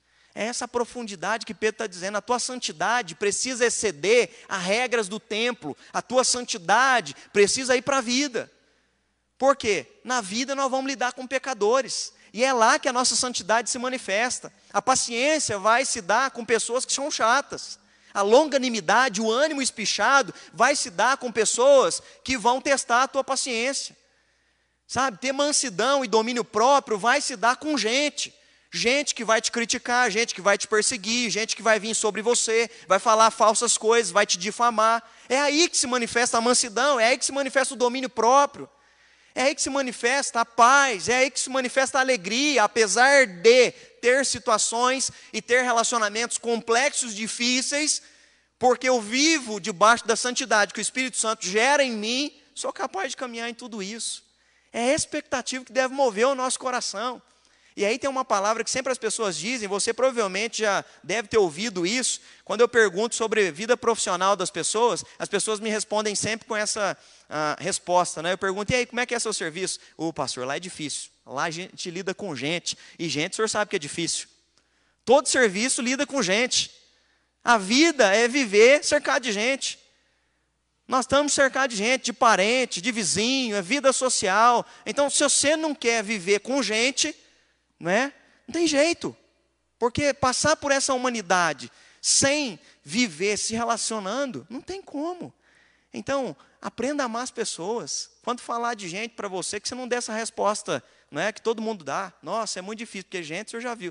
É essa profundidade que Pedro está dizendo. A tua santidade precisa exceder as regras do templo. A tua santidade precisa ir para a vida. Por quê? Na vida nós vamos lidar com pecadores. E é lá que a nossa santidade se manifesta. A paciência vai se dar com pessoas que são chatas. A longanimidade, o ânimo espichado, vai se dar com pessoas que vão testar a tua paciência. Sabe, ter mansidão e domínio próprio vai se dar com gente. Gente que vai te criticar, gente que vai te perseguir, gente que vai vir sobre você, vai falar falsas coisas, vai te difamar. É aí que se manifesta a mansidão, é aí que se manifesta o domínio próprio. É aí que se manifesta a paz, é aí que se manifesta a alegria, apesar de ter situações e ter relacionamentos complexos, difíceis, porque eu vivo debaixo da santidade que o Espírito Santo gera em mim, sou capaz de caminhar em tudo isso. É a expectativa que deve mover o nosso coração. E aí tem uma palavra que sempre as pessoas dizem, você provavelmente já deve ter ouvido isso, quando eu pergunto sobre a vida profissional das pessoas, as pessoas me respondem sempre com essa resposta, né? Eu pergunto, e aí, como é que é seu serviço? Pastor, lá é difícil, lá a gente lida com gente, e gente o senhor sabe que é difícil. Todo serviço lida com gente. A vida é viver cercado de gente. Nós estamos cercados de gente, de parente, de vizinho, é vida social. Então, se você não quer viver com gente, não tem jeito, porque passar por essa humanidade sem viver, se relacionando, não tem como. Então, aprenda a amar as pessoas. Quando falar de gente para você, que você não dê essa resposta, que todo mundo dá. Nossa, é muito difícil, porque gente, o senhor já viu.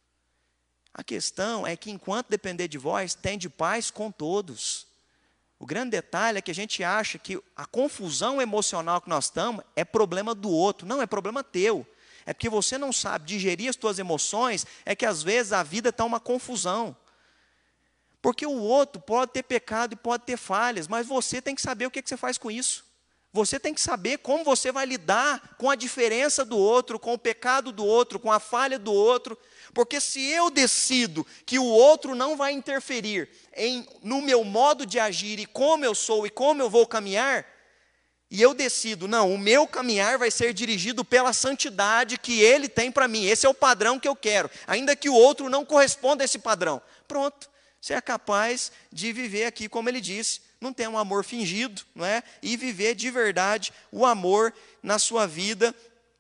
A questão é que enquanto depender de vós, tende paz com todos. O grande detalhe é que a gente acha que a confusão emocional que nós estamos é problema do outro. Não, é problema teu. É porque você não sabe digerir as tuas emoções, é que às vezes a vida está uma confusão. Porque o outro pode ter pecado e pode ter falhas, mas você tem que saber o que você faz com isso. Você tem que saber como você vai lidar com a diferença do outro, com o pecado do outro, com a falha do outro. Porque se eu decido que o outro não vai interferir no meu modo de agir e como eu sou e como eu vou caminhar, e eu decido, não, o meu caminhar vai ser dirigido pela santidade que ele tem para mim. Esse é o padrão que eu quero, ainda que o outro não corresponda a esse padrão. Pronto, você é capaz de viver aqui, como ele disse, não ter um amor fingido, e viver de verdade o amor na sua vida,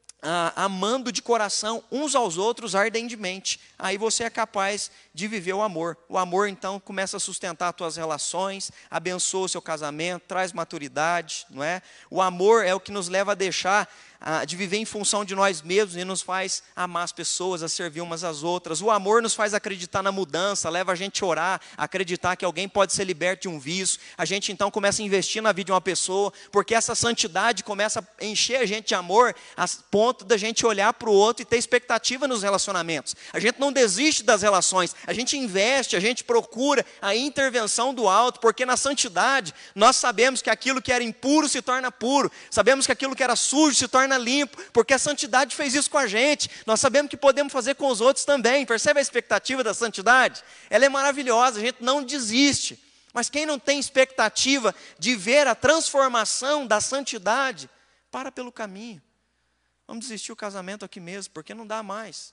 amando de coração uns aos outros ardentemente. Aí você é capaz de viver o amor. O amor, então, começa a sustentar as tuas relações, abençoa o seu casamento, traz maturidade, O amor é o que nos leva a deixar de viver em função de nós mesmos e nos faz amar as pessoas, a servir umas às outras. O amor nos faz acreditar na mudança, leva a gente a orar, a acreditar que alguém pode ser liberto de um vício. A gente então começa a investir na vida de uma pessoa, porque essa santidade começa a encher a gente de amor, a ponto da gente olhar para o outro e ter expectativa nos relacionamentos. A gente não desiste das relações, a gente investe, a gente procura a intervenção do alto, porque na santidade nós sabemos que aquilo que era impuro se torna puro, sabemos que aquilo que era sujo se torna limpo, porque a santidade fez isso com a gente. Nós sabemos que podemos fazer com os outros também. Percebe a expectativa da santidade? Ela é maravilhosa, a gente não desiste. Mas quem não tem expectativa de ver a transformação da santidade, para pelo caminho. Vamos desistir o casamento aqui mesmo, porque não dá mais.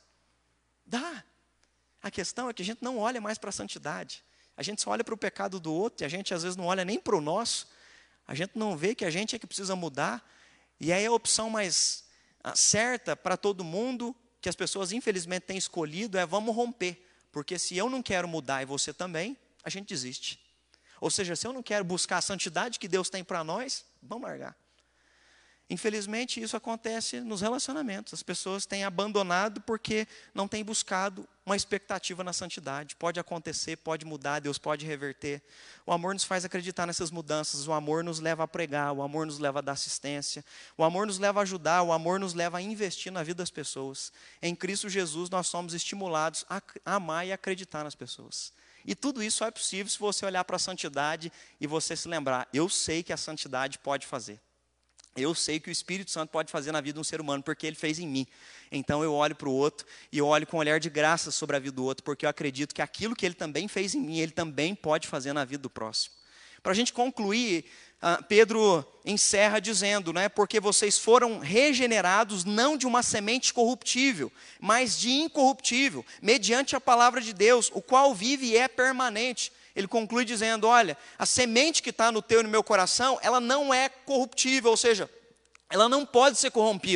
Dá. A questão é que a gente não olha mais para a santidade. A gente só olha para o pecado do outro, e a gente às vezes não olha nem para o nosso. A gente não vê que a gente é que precisa mudar. E aí a opção mais certa para todo mundo, que as pessoas infelizmente têm escolhido, é vamos romper. Porque se eu não quero mudar e você também, a gente desiste. Ou seja, se eu não quero buscar a santidade que Deus tem para nós, vamos largar. Infelizmente isso acontece nos relacionamentos. As pessoas têm abandonado porque não têm buscado uma expectativa na santidade. Pode acontecer, pode mudar, Deus pode reverter. O amor nos faz acreditar nessas mudanças. O amor nos leva a pregar, o amor nos leva a dar assistência. O amor nos leva a ajudar, o amor nos leva a investir na vida das pessoas. Em Cristo Jesus nós somos estimulados a amar e acreditar nas pessoas. E tudo isso só é possível se você olhar para a santidade e você se lembrar, eu sei que a santidade pode fazer. Eu sei que o Espírito Santo pode fazer na vida de um ser humano, porque Ele fez em mim. Então eu olho para o outro e eu olho com um olhar de graça sobre a vida do outro, porque eu acredito que aquilo que Ele também fez em mim, Ele também pode fazer na vida do próximo. Para a gente concluir, Pedro encerra dizendo, porque vocês foram regenerados não de uma semente corruptível, mas de incorruptível, mediante a palavra de Deus, o qual vive e é permanente. Ele conclui dizendo, olha, a semente que está no teu e no meu coração, ela não é corruptível, ou seja, ela não pode ser corrompida.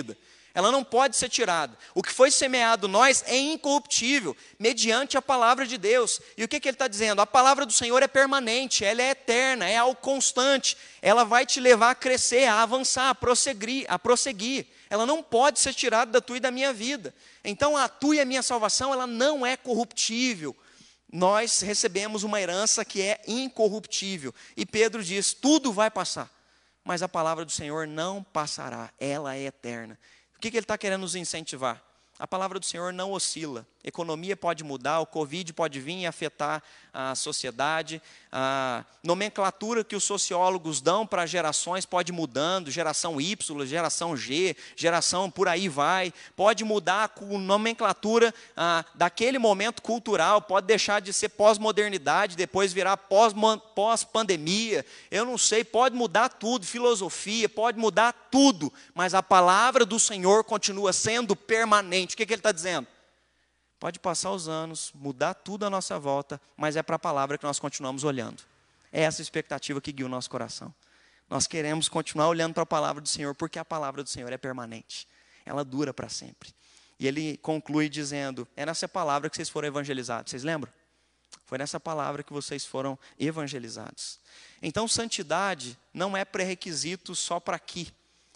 Ela não pode ser tirada. O que foi semeado nós é incorruptível, mediante a palavra de Deus. E o que ele está dizendo? A palavra do Senhor é permanente, ela é eterna, é algo constante. Ela vai te levar a crescer, a avançar, a prosseguir. Ela não pode ser tirada da tua e da minha vida. Então a tua e a minha salvação, ela não é corruptível. Nós recebemos uma herança que é incorruptível. E Pedro diz, tudo vai passar, mas a palavra do Senhor não passará, ela é eterna. O que ele está querendo nos incentivar? A palavra do Senhor não oscila. A economia pode mudar, o Covid pode vir e afetar a sociedade. A nomenclatura que os sociólogos dão para gerações pode mudando, geração Y, geração G, geração por aí vai. Pode mudar a nomenclatura daquele momento cultural, pode deixar de ser pós-modernidade, depois virar pós-pandemia. Eu não sei, pode mudar tudo, filosofia, pode mudar tudo, mas a palavra do Senhor continua sendo permanente. O que ele está dizendo? Pode passar os anos, mudar tudo à nossa volta, mas é para a palavra que nós continuamos olhando. É essa expectativa que guia o nosso coração. Nós queremos continuar olhando para a palavra do Senhor, porque a palavra do Senhor é permanente. Ela dura para sempre. E ele conclui dizendo, é nessa palavra que vocês foram evangelizados. Vocês lembram? Foi nessa palavra que vocês foram evangelizados. Então, santidade não é pré-requisito só para aqui.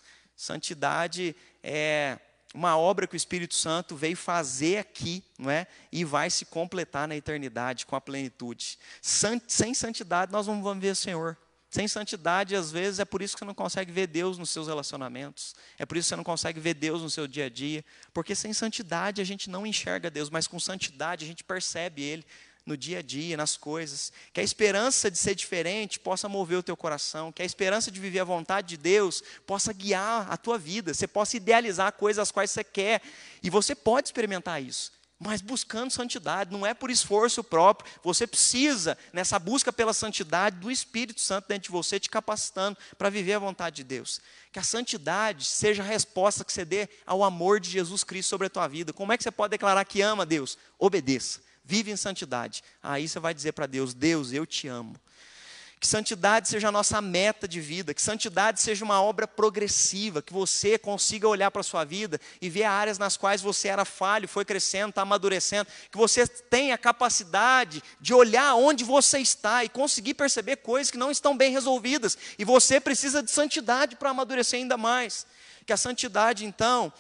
Santidade é uma obra que o Espírito Santo veio fazer aqui, não é? E vai se completar na eternidade com a plenitude. Sem santidade nós não vamos ver o Senhor. Sem santidade, às vezes, é por isso que você não consegue ver Deus nos seus relacionamentos. É por isso que você não consegue ver Deus no seu dia a dia. Porque sem santidade a gente não enxerga Deus, mas com santidade a gente percebe Ele no dia a dia, nas coisas. Que a esperança de ser diferente possa mover o teu coração. Que a esperança de viver a vontade de Deus possa guiar a tua vida. Você possa idealizar coisas as quais você quer. E você pode experimentar isso, mas buscando santidade, não é por esforço próprio. Você precisa, nessa busca pela santidade, do Espírito Santo dentro de você, te capacitando para viver a vontade de Deus. Que a santidade seja a resposta que você dê ao amor de Jesus Cristo sobre a tua vida. Como é que você pode declarar que ama a Deus? Obedeça. Vive em santidade. Aí você vai dizer para Deus, Deus, eu te amo. Que santidade seja a nossa meta de vida, que santidade seja uma obra progressiva, que você consiga olhar para a sua vida e ver áreas nas quais você era falho, foi crescendo, está amadurecendo, que você tenha a capacidade de olhar onde você está e conseguir perceber coisas que não estão bem resolvidas, e você precisa de santidade para amadurecer ainda mais. Que a santidade, então,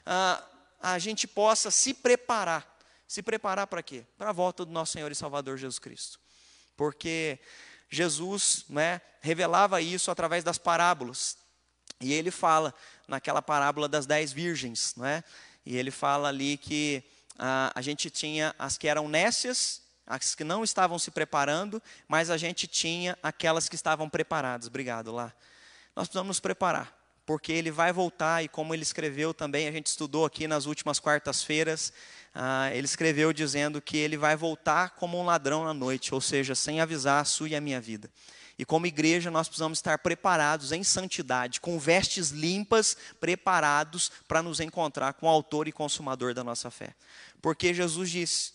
a gente possa se preparar. Se preparar para quê? Para a volta do nosso Senhor e Salvador Jesus Cristo. Porque Jesus, revelava isso através das parábolas. E ele fala naquela parábola das 10 virgens. E ele fala ali que a gente tinha as que eram nécias, as que não estavam se preparando, mas a gente tinha aquelas que estavam preparadas. Obrigado, lá. Nós precisamos nos preparar, porque ele vai voltar, e como ele escreveu também, a gente estudou aqui nas últimas quartas-feiras, ele escreveu dizendo que ele vai voltar como um ladrão na noite, ou seja, sem avisar a sua e a minha vida. E como igreja nós precisamos estar preparados em santidade, com vestes limpas, preparados para nos encontrar com o autor e consumador da nossa fé. Porque Jesus disse,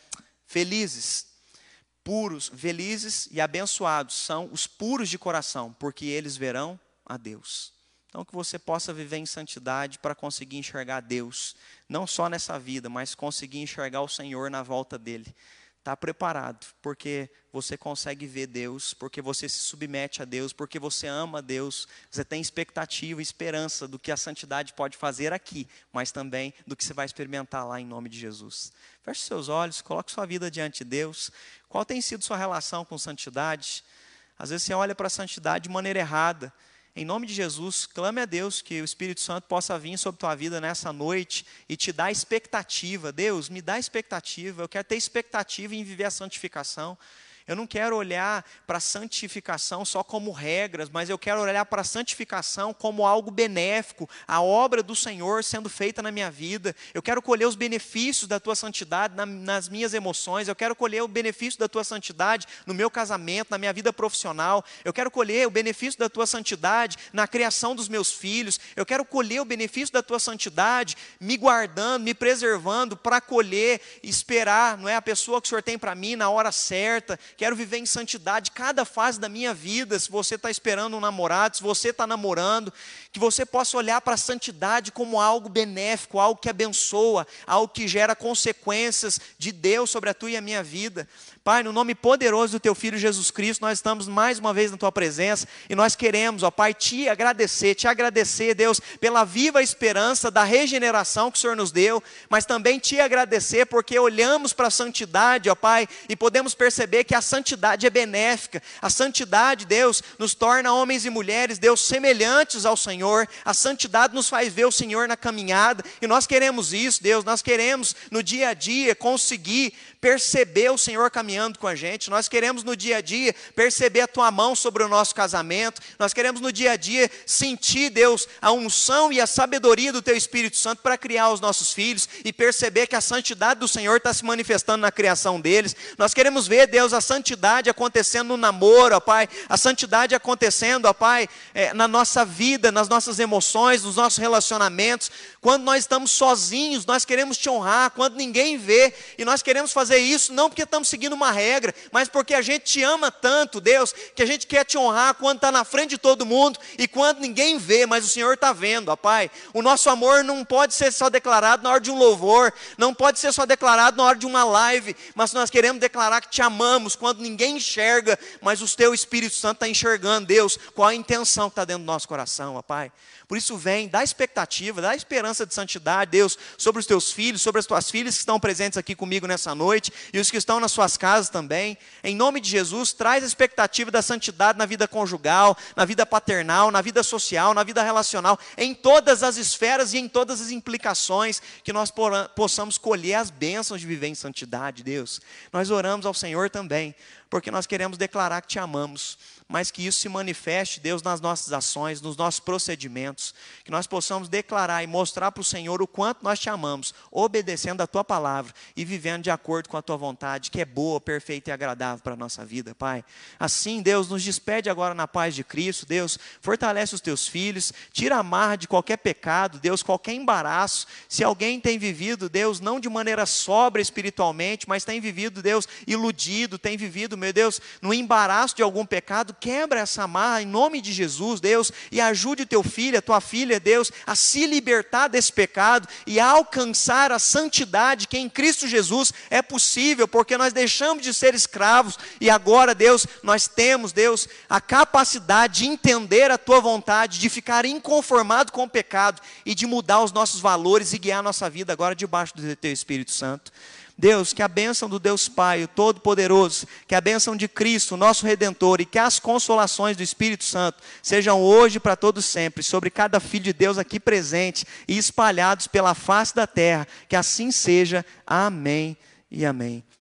felizes, puros, felizes e abençoados são os puros de coração, porque eles verão a Deus. Então, que você possa viver em santidade para conseguir enxergar Deus, não só nessa vida, mas conseguir enxergar o Senhor na volta dEle. Está preparado, porque você consegue ver Deus, porque você se submete a Deus, porque você ama a Deus, você tem expectativa e esperança do que a santidade pode fazer aqui, mas também do que você vai experimentar lá em nome de Jesus. Feche seus olhos, coloque sua vida diante de Deus. Qual tem sido sua relação com santidade? Às vezes você olha para a santidade de maneira errada. Em nome de Jesus, clame a Deus que o Espírito Santo possa vir sobre a tua vida nessa noite e te dar expectativa. Deus, me dá expectativa, eu quero ter expectativa em viver a santificação. Eu não quero olhar para a santificação só como regras, mas eu quero olhar para a santificação como algo benéfico, a obra do Senhor sendo feita na minha vida. Eu quero colher os benefícios da tua santidade nas minhas emoções, eu quero colher o benefício da tua santidade no meu casamento, na minha vida profissional. Eu quero colher o benefício da tua santidade na criação dos meus filhos. Eu quero colher o benefício da tua santidade me guardando, me preservando para colher, esperar, a pessoa que o Senhor tem para mim na hora certa. quero viver em santidade cada fase da minha vida. Se você está esperando um namorado, se você está namorando, que você possa olhar para a santidade como algo benéfico, algo que abençoa, algo que gera consequências de Deus sobre a tua e a minha vida. Pai, no nome poderoso do Teu Filho Jesus Cristo, nós estamos mais uma vez na Tua presença e nós queremos, ó Pai, Te agradecer, Deus, pela viva esperança da regeneração que o Senhor nos deu, mas também Te agradecer porque olhamos para a santidade, ó Pai, e podemos perceber que a santidade é benéfica. A santidade, Deus, nos torna homens e mulheres, Deus, semelhantes ao Senhor. A santidade nos faz ver o Senhor na caminhada e nós queremos isso, Deus, nós queremos no dia a dia conseguir perceber o Senhor caminhando com a gente. Nós queremos no dia a dia perceber a Tua mão sobre o nosso casamento. Nós queremos no dia a dia sentir, Deus, a unção e a sabedoria do Teu Espírito Santo para criar os nossos filhos e perceber que a santidade do Senhor está se manifestando na criação deles. Nós queremos ver, Deus, a santidade acontecendo no namoro, ó Pai, a santidade acontecendo, ó Pai, na nossa vida, nas nossas emoções, nos nossos relacionamentos. Quando nós estamos sozinhos, nós queremos Te honrar, quando ninguém vê, e nós queremos fazer isso não porque estamos seguindo uma regra, mas porque a gente Te ama tanto, Deus, que a gente quer Te honrar quando está na frente de todo mundo e quando ninguém vê, mas o Senhor está vendo, ó Pai. O nosso amor não pode ser só declarado na hora de um louvor, não pode ser só declarado na hora de uma live, mas nós queremos declarar que Te amamos quando ninguém enxerga, mas o Teu Espírito Santo está enxergando, Deus, qual a intenção que está dentro do nosso coração, ó Pai. Por isso vem, dá expectativa, dá esperança de santidade, Deus, sobre os Teus filhos, sobre as Tuas filhas que estão presentes aqui comigo nessa noite e os que estão nas suas casas também. Em nome de Jesus, traz a expectativa da santidade na vida conjugal, na vida paternal, na vida social, na vida relacional, em todas as esferas e em todas as implicações, que nós possamos colher as bênçãos de viver em santidade, Deus. Nós oramos ao Senhor também, porque nós queremos declarar que Te amamos, mas que isso se manifeste, Deus, nas nossas ações, nos nossos procedimentos, que nós possamos declarar e mostrar para o Senhor o quanto nós Te amamos, obedecendo a Tua palavra e vivendo de acordo com a Tua vontade, que é boa, perfeita e agradável para a nossa vida, Pai. Assim, Deus, nos despede agora na paz de Cristo, Deus, fortalece os Teus filhos, tira a amarra de qualquer pecado, Deus, qualquer embaraço. Se alguém tem vivido, Deus, não de maneira sóbria espiritualmente, mas tem vivido, Deus, iludido, tem vivido, meu Deus, no embaraço de algum pecado, quebra essa amarra em nome de Jesus, Deus, e ajude o Teu filho, a Tua filha, Deus, a se libertar desse pecado e a alcançar a santidade que em Cristo Jesus é possível, porque nós deixamos de ser escravos e agora, Deus, nós temos, Deus, a capacidade de entender a Tua vontade, de ficar inconformado com o pecado e de mudar os nossos valores e guiar a nossa vida agora debaixo do Teu Espírito Santo. Deus, que a bênção do Deus Pai, o Todo-Poderoso, que a bênção de Cristo, nosso Redentor, e que as consolações do Espírito Santo sejam hoje para todos sempre, sobre cada filho de Deus aqui presente e espalhados pela face da terra, que assim seja. Amém e amém.